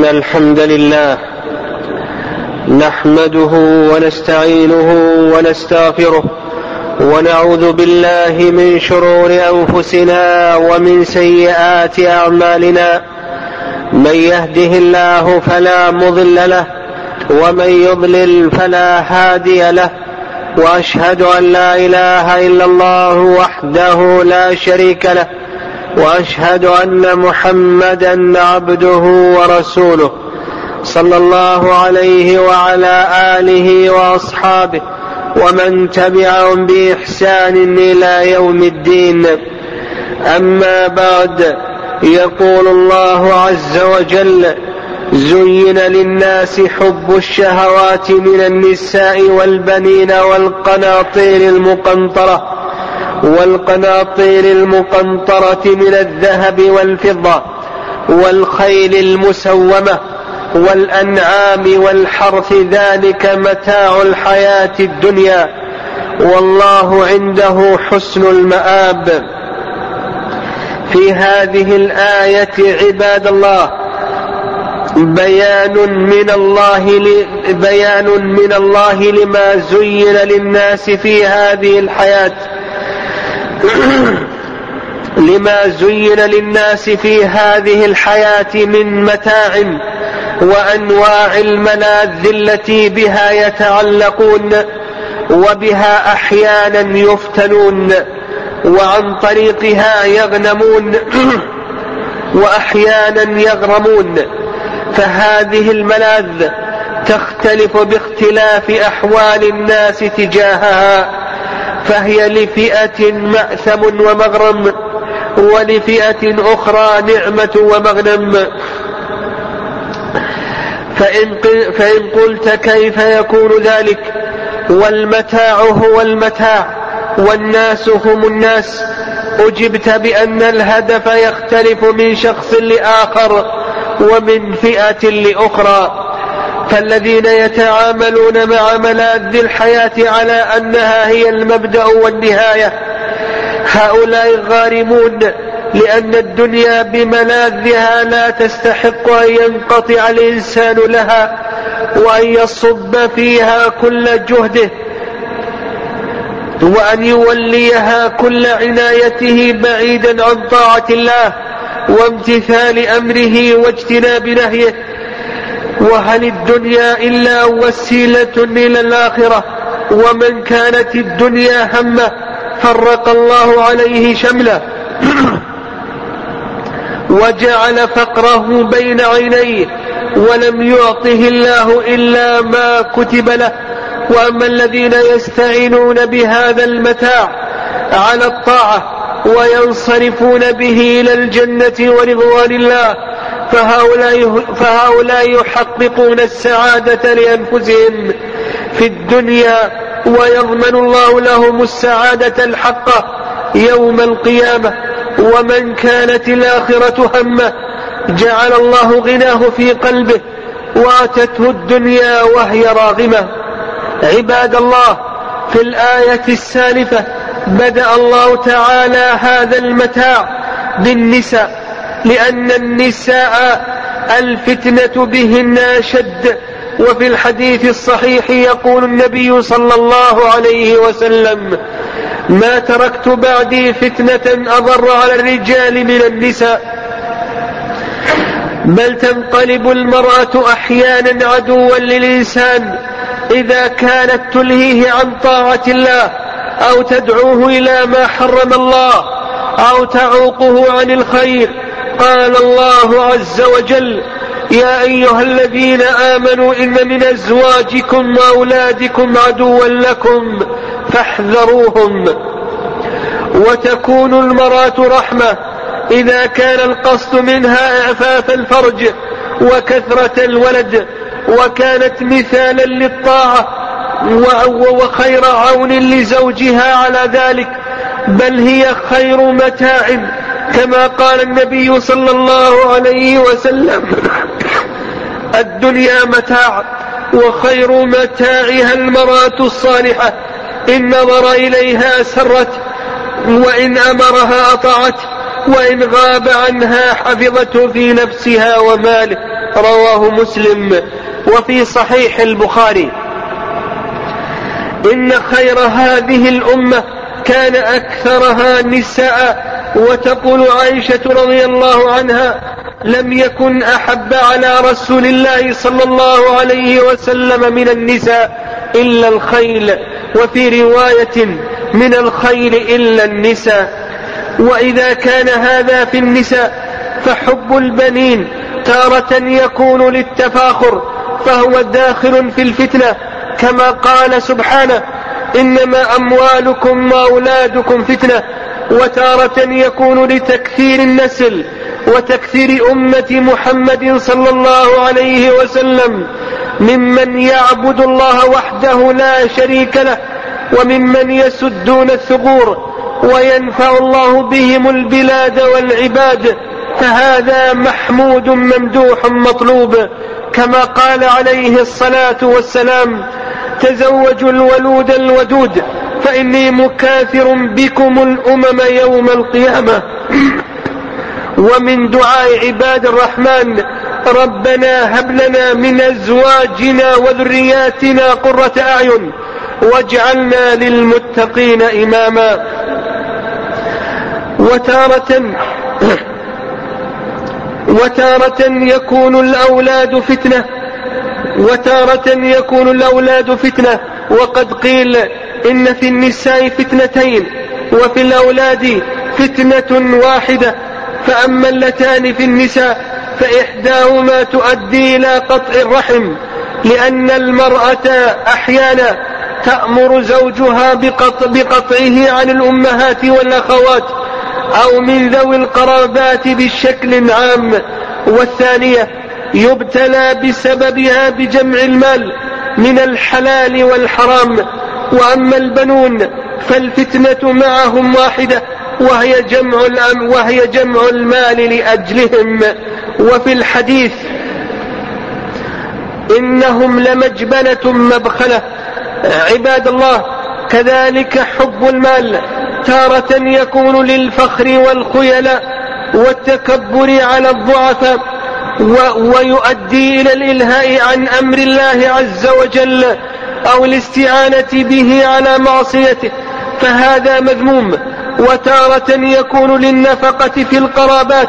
إن الحمد لله نحمده ونستعينه ونستغفره ونعوذ بالله من شرور أنفسنا ومن سيئات أعمالنا. من يهده الله فلا مضل له ومن يضلل فلا هادي له، وأشهد أن لا إله إلا الله وحده لا شريك له، وأشهد أن محمدا عبده ورسوله صلى الله عليه وعلى آله وأصحابه ومن تبعهم بإحسان إلى يوم الدين. أما بعد، يقول الله عز وجل: زين للناس حب الشهوات من النساء والبنين والقناطير المقنطرة من الذهب والفضة والخيل المسومة والأنعام والحرث، ذلك متاع الحياة الدنيا والله عنده حسن المآب. في هذه الآية عباد الله بيان من الله لما زين للناس في هذه الحياة من متاع وأنواع الملاذ التي بها يتعلقون وبها أحيانا يفتنون وعن طريقها يغنمون وأحيانا يغرمون. فهذه الملاذ تختلف باختلاف أحوال الناس تجاهها، فهي لفئة مأثم ومغرم، ولفئة أخرى نعمة ومغنم. فإن قلت كيف يكون ذلك؟ والمتاع هو المتاع والناس هم الناس، أجبت بأن الهدف يختلف من شخص لآخر ومن فئة لأخرى. فالذين يتعاملون مع ملاذ الحياة على أنها هي المبدأ والنهاية، هؤلاء غارمون، لأن الدنيا بملاذها لا تستحق أن ينقطع الإنسان لها وأن يصب فيها كل جهده وأن يوليها كل عنايته بعيدا عن طاعة الله وامتثال أمره واجتناب نهيه. وهل الدنيا إلا وسيلة إلى الآخرة؟ ومن كانت الدنيا همه فرق الله عليه شمله وجعل فقره بين عينيه ولم يعطه الله إلا ما كتب له. وأما الذين يستعينون بهذا المتاع على الطاعة وينصرفون به إلى الجنة ورضوان الله، فهؤلاء يحققون السعادة لأنفسهم في الدنيا، ويضمن الله لهم السعادة الحقة يوم القيامة. ومن كانت الآخرة همه جعل الله غناه في قلبه واتته الدنيا وهي راغمة. عباد الله، في الآية السالفة بدأ الله تعالى هذا المتاع بالنساء، لأن النساء الفتنة بهن أشد. وفي الحديث الصحيح يقول النبي صلى الله عليه وسلم: ما تركت بعدي فتنة أضر على الرجال من النساء. بل تنقلب المرأة أحيانا عدوا للإنسان إذا كانت تلهيه عن طاعة الله أو تدعوه إلى ما حرم الله أو تعوقه عن الخير. قال الله عز وجل: يا أيها الذين آمنوا إن من أزواجكم وأولادكم عدوا لكم فاحذروهم. وتكون المرأة رحمة إذا كان القصد منها إعفاف الفرج وكثرة الولد، وكانت مثالا للطاعة وخير عون لزوجها على ذلك، بل هي خير متاع، كما قال النبي صلى الله عليه وسلم: الدنيا متاع وخير متاعها المرأة الصالحة، إن نظر إليها سرت، وإن أمرها أطاعت، وإن غاب عنها حفظته في نفسها وماله. رواه مسلم. وفي صحيح البخاري: إن خير هذه الأمة كان أكثرها نساء. وتقول عائشة رضي الله عنها: لم يكن أحب على رسول الله صلى الله عليه وسلم من النساء إلا الخيل، وفي رواية: من الخيل إلا النساء. وإذا كان هذا في النساء فحب البنين تارة يكون للتفاخر، فهو داخل في الفتنة، كما قال سبحانه: إنما أموالكم وأولادكم فتنة. وتارة يكون لتكثير النسل وتكثير أمة محمد صلى الله عليه وسلم ممن يعبد الله وحده لا شريك له، وممن يسدون الثغور وينفع الله بهم البلاد والعباد، فهذا محمود ممدوح مطلوب، كما قال عليه الصلاة والسلام: تزوجوا الولود الودود فإني مكاثر بكم الأمم يوم القيامة. ومن دعاء عباد الرحمن: ربنا هب لنا من أزواجنا وذرياتنا قرة أعين واجعلنا للمتقين إماما. وتارة يكون الأولاد فتنة، وقد قيل: إن في النساء فتنتين وفي الأولاد فتنة واحدة. فأما اللتان في النساء فإحداهما تؤدي إلى قطع الرحم، لأن المرأة أحيانا تأمر زوجها بقطعه عن الأمهات والأخوات أو من ذوي القرابات بشكل عام. والثانية يبتلى بسببها بجمع المال من الحلال والحرام. وأما البنون فالفتنة معهم واحدة، وهي جمع المال لأجلهم. وفي الحديث: إنهم لمجبنة مبخلة. عباد الله، كذلك حب المال تارة يكون للفخر والخيلاء والتكبر على الضعفاء، ويؤدي إلى الإلهاء عن أمر الله عز وجل أو الاستعانة به على معصيته، فهذا مذموم. وتارة يكون للنفقة في القرابات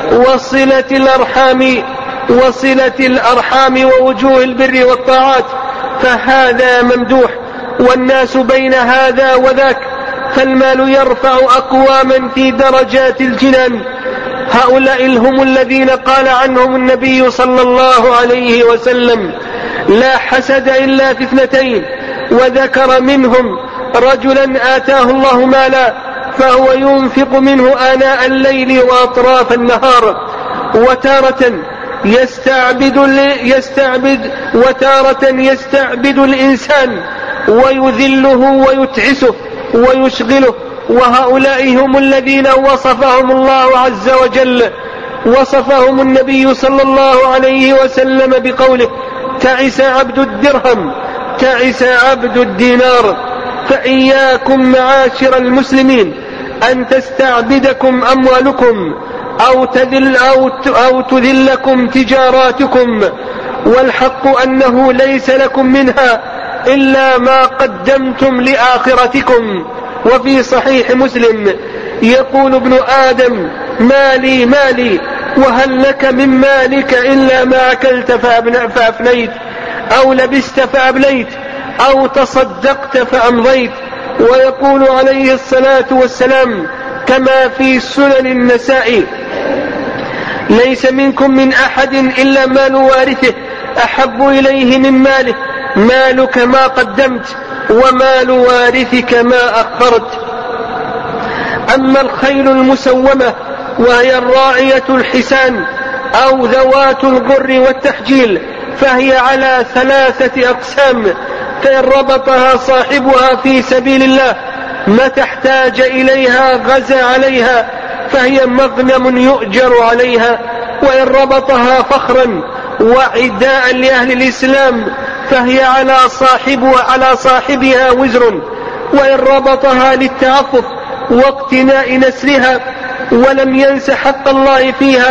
وصلة الأرحام ووجوه البر والطاعات، فهذا ممدوح. والناس بين هذا وذاك، فالمال يرفع أقواما في درجات الجنان. هؤلاء هم الذين قال عنهم النبي صلى الله عليه وسلم: لا حسد إلا في اثنتين. وذكر منهم رجلا آتاه الله مالا فهو ينفق منه آناء الليل وأطراف النهار، وتارة يستعبد الإنسان ويذله ويتعسه ويشغله. وهؤلاء هم الذين وصفهم الله عز وجل، وصفهم النبي صلى الله عليه وسلم بقوله: تعس عبد الدرهم، تعس عبد الدينار. فإياكم معاشر المسلمين أن تستعبدكم أموالكم أو تذلكم تجاراتكم، والحق أنه ليس لكم منها إلا ما قدمتم لآخرتكم. وفي صحيح مسلم: يقول ابن آدم: مالي مالي، وهل لك من مالك إلا ما أكلت فأفنيت، أو لبست فأبليت، أو تصدقت فأمضيت. ويقول عليه الصلاة والسلام كما في سنن النسائي: ليس منكم من أحد إلا مال وارثه أحب إليه من ماله، مالك ما قدمت ومال وارثك ما أخرت. أما الخيل المسومة وهي الراعية الحسان أو ذوات الغر والتحجيل، فهي على 3 أقسام. فإن ربطها صاحبها في سبيل الله متى احتاج إليها غزا عليها فهي مغنم يؤجر عليها. وإن ربطها فخرا وعداء لأهل الإسلام فهي على صاحبها وزر. وإن ربطها للتعفف واقتناء نسلها ولم ينس حق الله فيها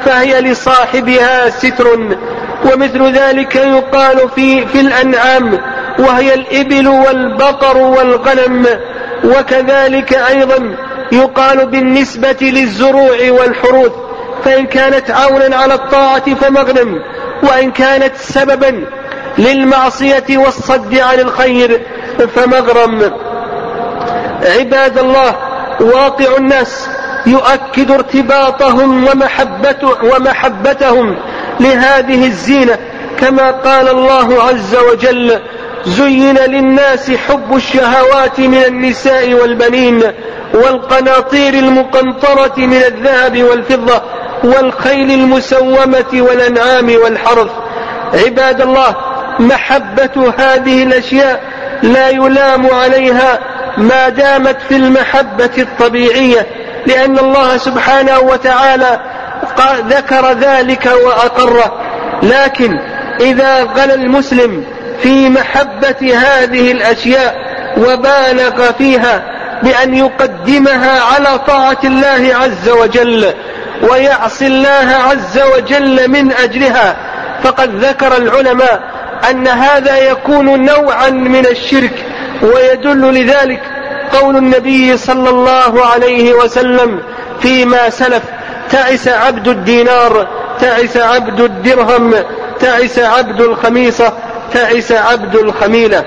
فهي لصاحبها ستر. ومثل ذلك يقال في الأنعام، وهي الإبل والبقر والغنم. وكذلك أيضا يقال بالنسبة للزروع والحروث، فإن كانت عونا على الطاعة فمغنم، وإن كانت سببا للمعصية والصد عن الخير فمغرم. عباد الله، واقع الناس يؤكد ارتباطهم ومحبتهم لهذه الزينة، كما قال الله عز وجل: زين للناس حب الشهوات من النساء والبنين والقناطير المقنطرة من الذهب والفضة والخيل المسومة والأنعام والحرث. عباد الله، محبة هذه الأشياء لا يلام عليها ما دامت في المحبة الطبيعية، لأن الله سبحانه وتعالى ذكر ذلك وأقره. لكن إذا غلا المسلم في محبة هذه الأشياء وبالغ فيها بأن يقدمها على طاعة الله عز وجل ويعصي الله عز وجل من أجلها، فقد ذكر العلماء أن هذا يكون نوعا من الشرك. ويدل لذلك قول النبي صلى الله عليه وسلم فيما سلف: تعس عبد الدينار، تعس عبد الدرهم، تعس عبد الخميصة، تعس عبد الخميلة.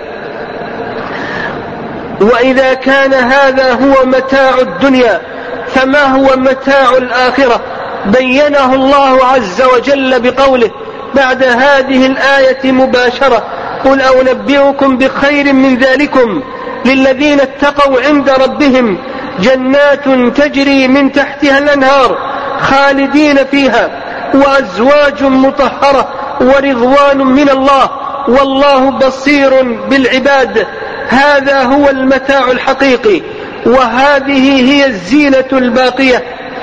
وإذا كان هذا هو متاع الدنيا، فما هو متاع الآخرة؟ بينه الله عز وجل بقوله بعد هذه الآية مباشرة: قل أنبئكم بخير من ذلكم للذين اتقوا عند ربهم جنات تجري من تحتها الأنهار خالدين فيها وأزواج مطهرة ورضوان من الله والله بصير بالعباد. هذا هو المتاع الحقيقي، وهذه هي الزينة الباقية.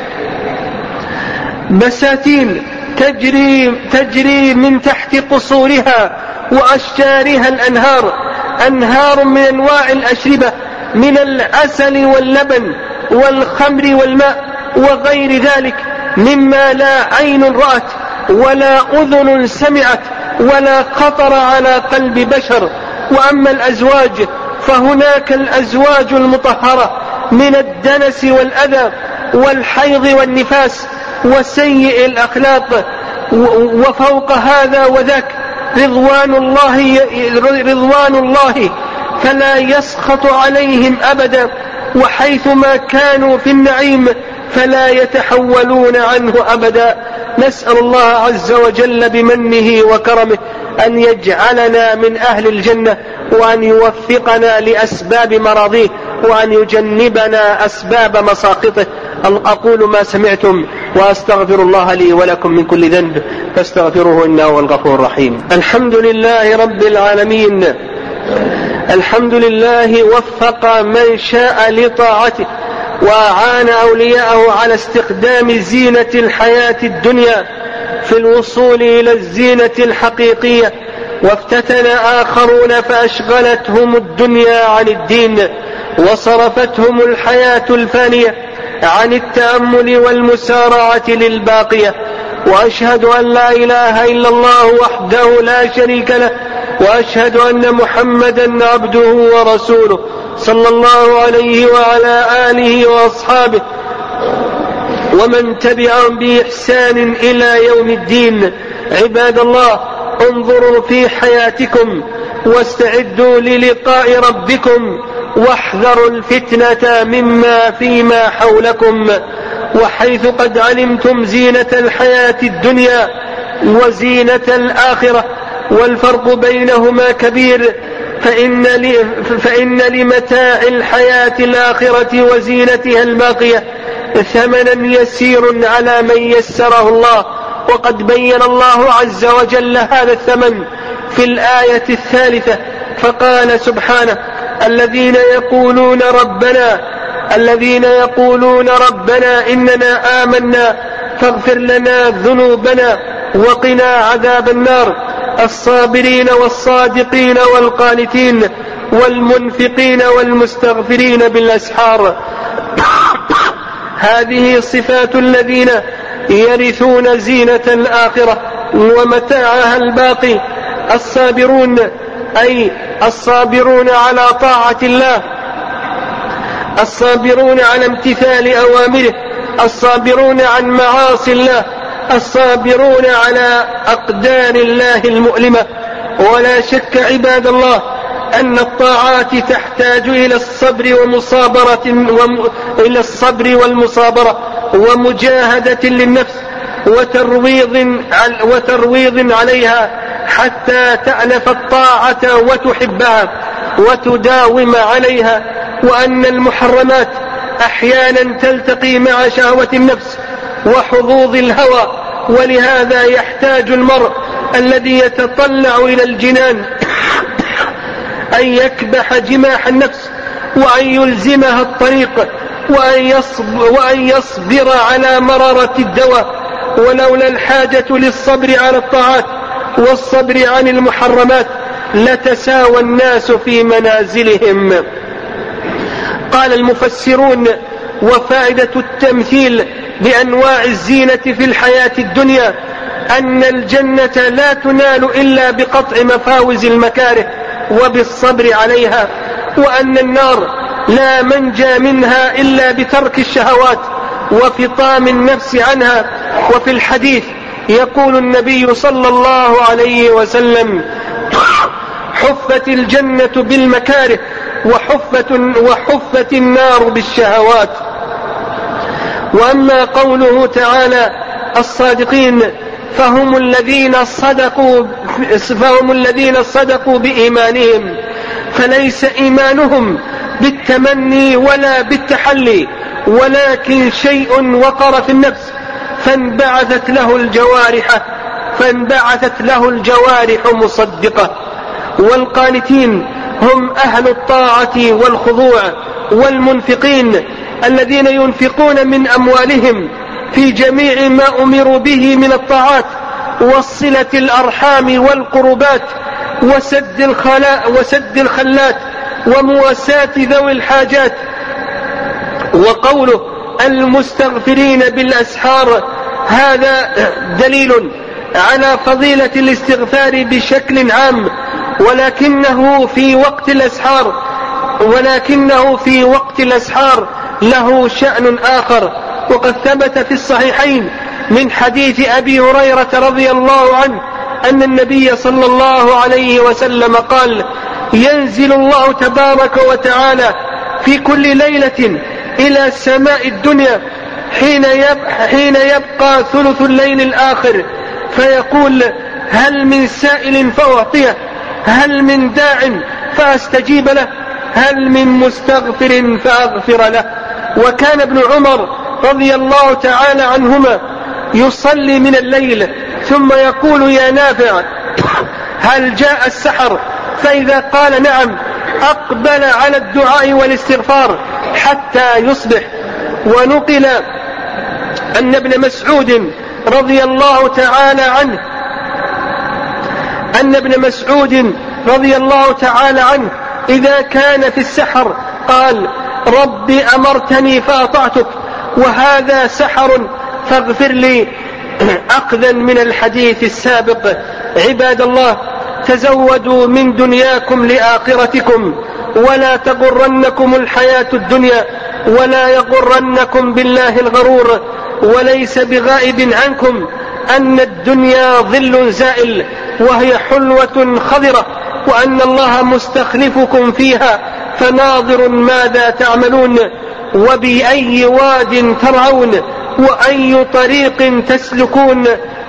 بساتين تجري من تحت قصورها وأشجارها الأنهار، أنهار من أنواع الأشربة من العسل واللبن والخمر والماء وغير ذلك مما لا عين رأت ولا أذن سمعت ولا خطر على قلب بشر. وأما الأزواج فهناك الأزواج المطهرة من الدنس والأذى والحيض والنفاس وسيء الأخلاق. وفوق هذا وذاك رضوان الله فلا يسخط عليهم أبدا، وحيثما كانوا في النعيم فلا يتحولون عنه أبدا. نسأل الله عز وجل بمنه وكرمه أن يجعلنا من أهل الجنة، وأن يوفقنا لأسباب مراضيه، وأن يجنبنا أسباب مساقطه. أقول ما سمعتم وأستغفر الله لي ولكم من كل ذنب فاستغفروه إنه هو الغفور الرحيم. الحمد لله رب العالمين، الحمد لله وفق من شاء لطاعته وأعان أولياءه على استخدام زينة الحياة الدنيا في الوصول إلى الزينة الحقيقية، وافتتن آخرون فأشغلتهم الدنيا عن الدين وصرفتهم الحياة الفانية عن التأمل والمسارعة للباقية. وأشهد أن لا إله إلا الله وحده لا شريك له، وأشهد أن محمدا عبده ورسوله صلى الله عليه وعلى آله وأصحابه ومن تبعهم بإحسان إلى يوم الدين. عباد الله، انظروا في حياتكم واستعدوا للقاء ربكم، واحذروا الفتنة مما فيما حولكم. وحيث قد علمتم زينة الحياة الدنيا وزينة الآخرة والفرق بينهما كبير، فإن لمتاع الحياة الآخرة وزينتها الباقية ثمنا يسير على من يسره الله، وقد بين الله عز وجل هذا الثمن في الآية الثالثة فقال سبحانه: الذين يقولون ربنا إننا آمنا فاغفر لنا ذنوبنا وقنا عذاب النار، الصابرين والصادقين والقانتين والمنفقين والمستغفرين بالأسحار. هذه صفات الذين يرثون زينة الآخرة ومتاعها الباقي. الصابرون أي الصابرون على طاعة الله، الصابرون على امتثال أوامره، الصابرون عن معاصي الله، الصابرون على أقدار الله المؤلمة. ولا شك عباد الله أن الطاعات تحتاج إلى الصبر والمصابرة ومجاهدة للنفس وترويض عليها حتى تألف الطاعة وتحبها وتداوم عليها. وأن المحرمات أحيانا تلتقي مع شهوة النفس وحظوظ الهوى، ولهذا يحتاج المرء الذي يتطلع إلى الجنان أن يكبح جماح النفس وأن يلزمها الطريق وأن يصبر على مرارة الدواء. ولولا الحاجة للصبر على الطاعات والصبر عن المحرمات لتساوى الناس في منازلهم. قال المفسرون: وفائدة التمثيل بأنواع الزينة في الحياة الدنيا أن الجنة لا تنال إلا بقطع مفاوز المكاره وبالصبر عليها، وأن النار لا منجى منها إلا بترك الشهوات وفطام النفس عنها. وفي الحديث يقول النبي صلى الله عليه وسلم: حفت الجنة بالمكاره وحفت النار بالشهوات. وأما قوله تعالى: الصادقين فهم الذين صدقوا بإيمانهم، فليس إيمانهم بالتمني ولا بالتحلي، ولكن شيء وقر في النفس فانبعثت له الجوارح مصدقة. والقانتين هم أهل الطاعة والخضوع والمنفقين الذين ينفقون من أموالهم في جميع ما أمروا به من الطاعات وصلة الأرحام والقربات وسد الخلات ومواساة ذوي الحاجات. وقوله المستغفرين بالأسحار هذا دليل على فضيلة الاستغفار بشكل عام، ولكنه في وقت الأسحار له شأن آخر. وقد ثبت في الصحيحين من حديث أبي هريرة رضي الله عنه أن النبي صلى الله عليه وسلم قال: ينزل الله تبارك وتعالى في كل ليلة إلى السماء الدنيا حين يبقى ثلث الليل الآخر، فيقول: هل من سائل فأعطيه، هل من داع فأستجيب له، هل من مستغفر فأغفر له. وكان ابن عمر رضي الله تعالى عنهما يصلي من الليل ثم يقول: يا نافع هل جاء السحر؟ فإذا قال نعم أقبل على الدعاء والاستغفار حتى يصبح. ونقل أن ابن مسعود رضي الله تعالى عنه إذا كان في السحر قال: ربي أمرتني فأطعتك وهذا سحر فاغفر لي، أخذا من الحديث السابق. عباد الله، تزودوا من دنياكم لآخرتكم، ولا تغرنكم الحياة الدنيا، ولا يغرنكم بالله الغرور. وليس بغائب عنكم أن الدنيا ظل زائل وهي حلوة خضرة، وأن الله مستخلفكم فيها فناظر ماذا تعملون وبأي واد ترعون وأي طريق تسلكون.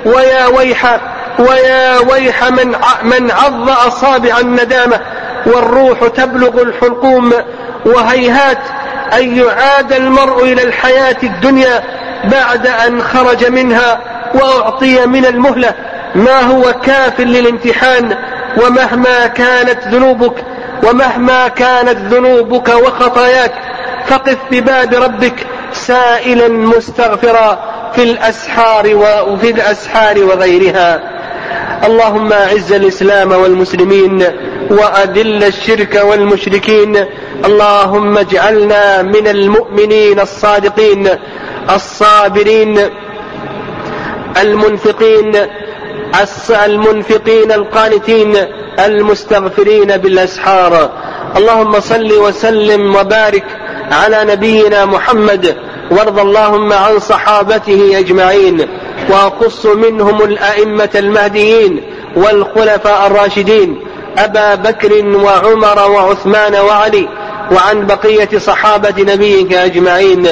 ويا ويح من عض أصابع الندامة والروح تبلغ الحلقوم. وهيهات أن يعاد المرء إلى الحياة الدنيا بعد أن خرج منها وأعطي من المهلة ما هو كاف للامتحان. ومهما كانت ذنوبك وخطاياك فقف بباب ربك سائلا مستغفرا في الأسحار وغيرها. اللهم أعز الإسلام والمسلمين وأذل الشرك والمشركين. اللهم اجعلنا من المؤمنين الصادقين الصابرين المنفقين القانتين المستغفرين بالأسحار. اللهم صل وسلم وبارك على نبينا محمد، وارض اللهم عن صحابته أجمعين، وأخص منهم الأئمة المهديين والخلفاء الراشدين أبا بكر وعمر وعثمان وعلي، وعن بقية صحابة نبيك أجمعين.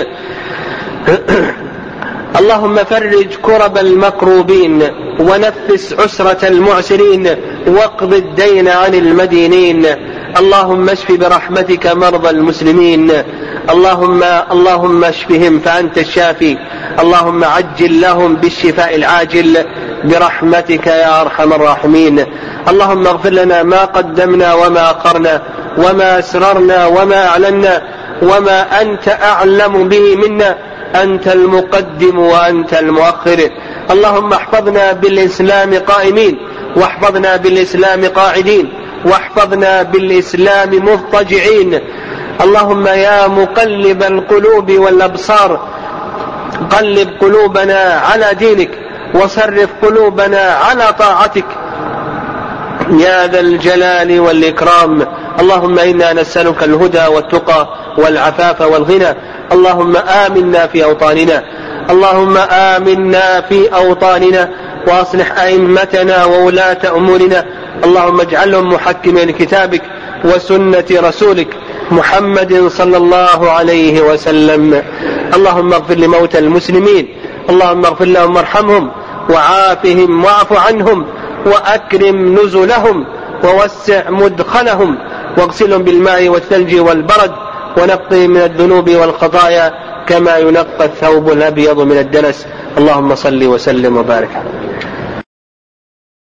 اللهم فرج كرب المكروبين، ونفس عسرة المعسرين، واقض الدين عن المدينين. اللهم اشف برحمتك مرضى المسلمين، اللهم اشفهم فأنت الشافي. اللهم عجل لهم بالشفاء العاجل برحمتك يا أرحم الراحمين. اللهم اغفر لنا ما قدمنا وما أخرنا، وما أسررنا وما أعلنا، وما أنت أعلم به منا، أنت المقدم وأنت المؤخر. اللهم احفظنا بالإسلام قائمين، واحفظنا بالإسلام قاعدين، واحفظنا بالإسلام مضطجعين. اللهم يا مقلب القلوب والأبصار، قلب قلوبنا على دينك، وصرف قلوبنا على طاعتك يا ذا الجلال والإكرام. اللهم إنا نسألك الهدى والتقى والعفاف والغنى. اللهم آمنا في أوطاننا، اللهم آمنا في أوطاننا، وأصلح أئمتنا وولاة أمورنا. اللهم اجعلهم محكمين لكتابك وسنة رسولك محمد صلى الله عليه وسلم. اللهم اغفر لموتى المسلمين، اللهم اغفر لهم وارحمهم وعافهم واعف عنهم، وأكرم نزلهم ووسع مدخلهم، واغسلهم بالماء والثلج والبرد، ونقهم من الذنوب والخطايا كما ينقى الثوب الأبيض من الدنس. اللهم صل وسلم وبارك عليه.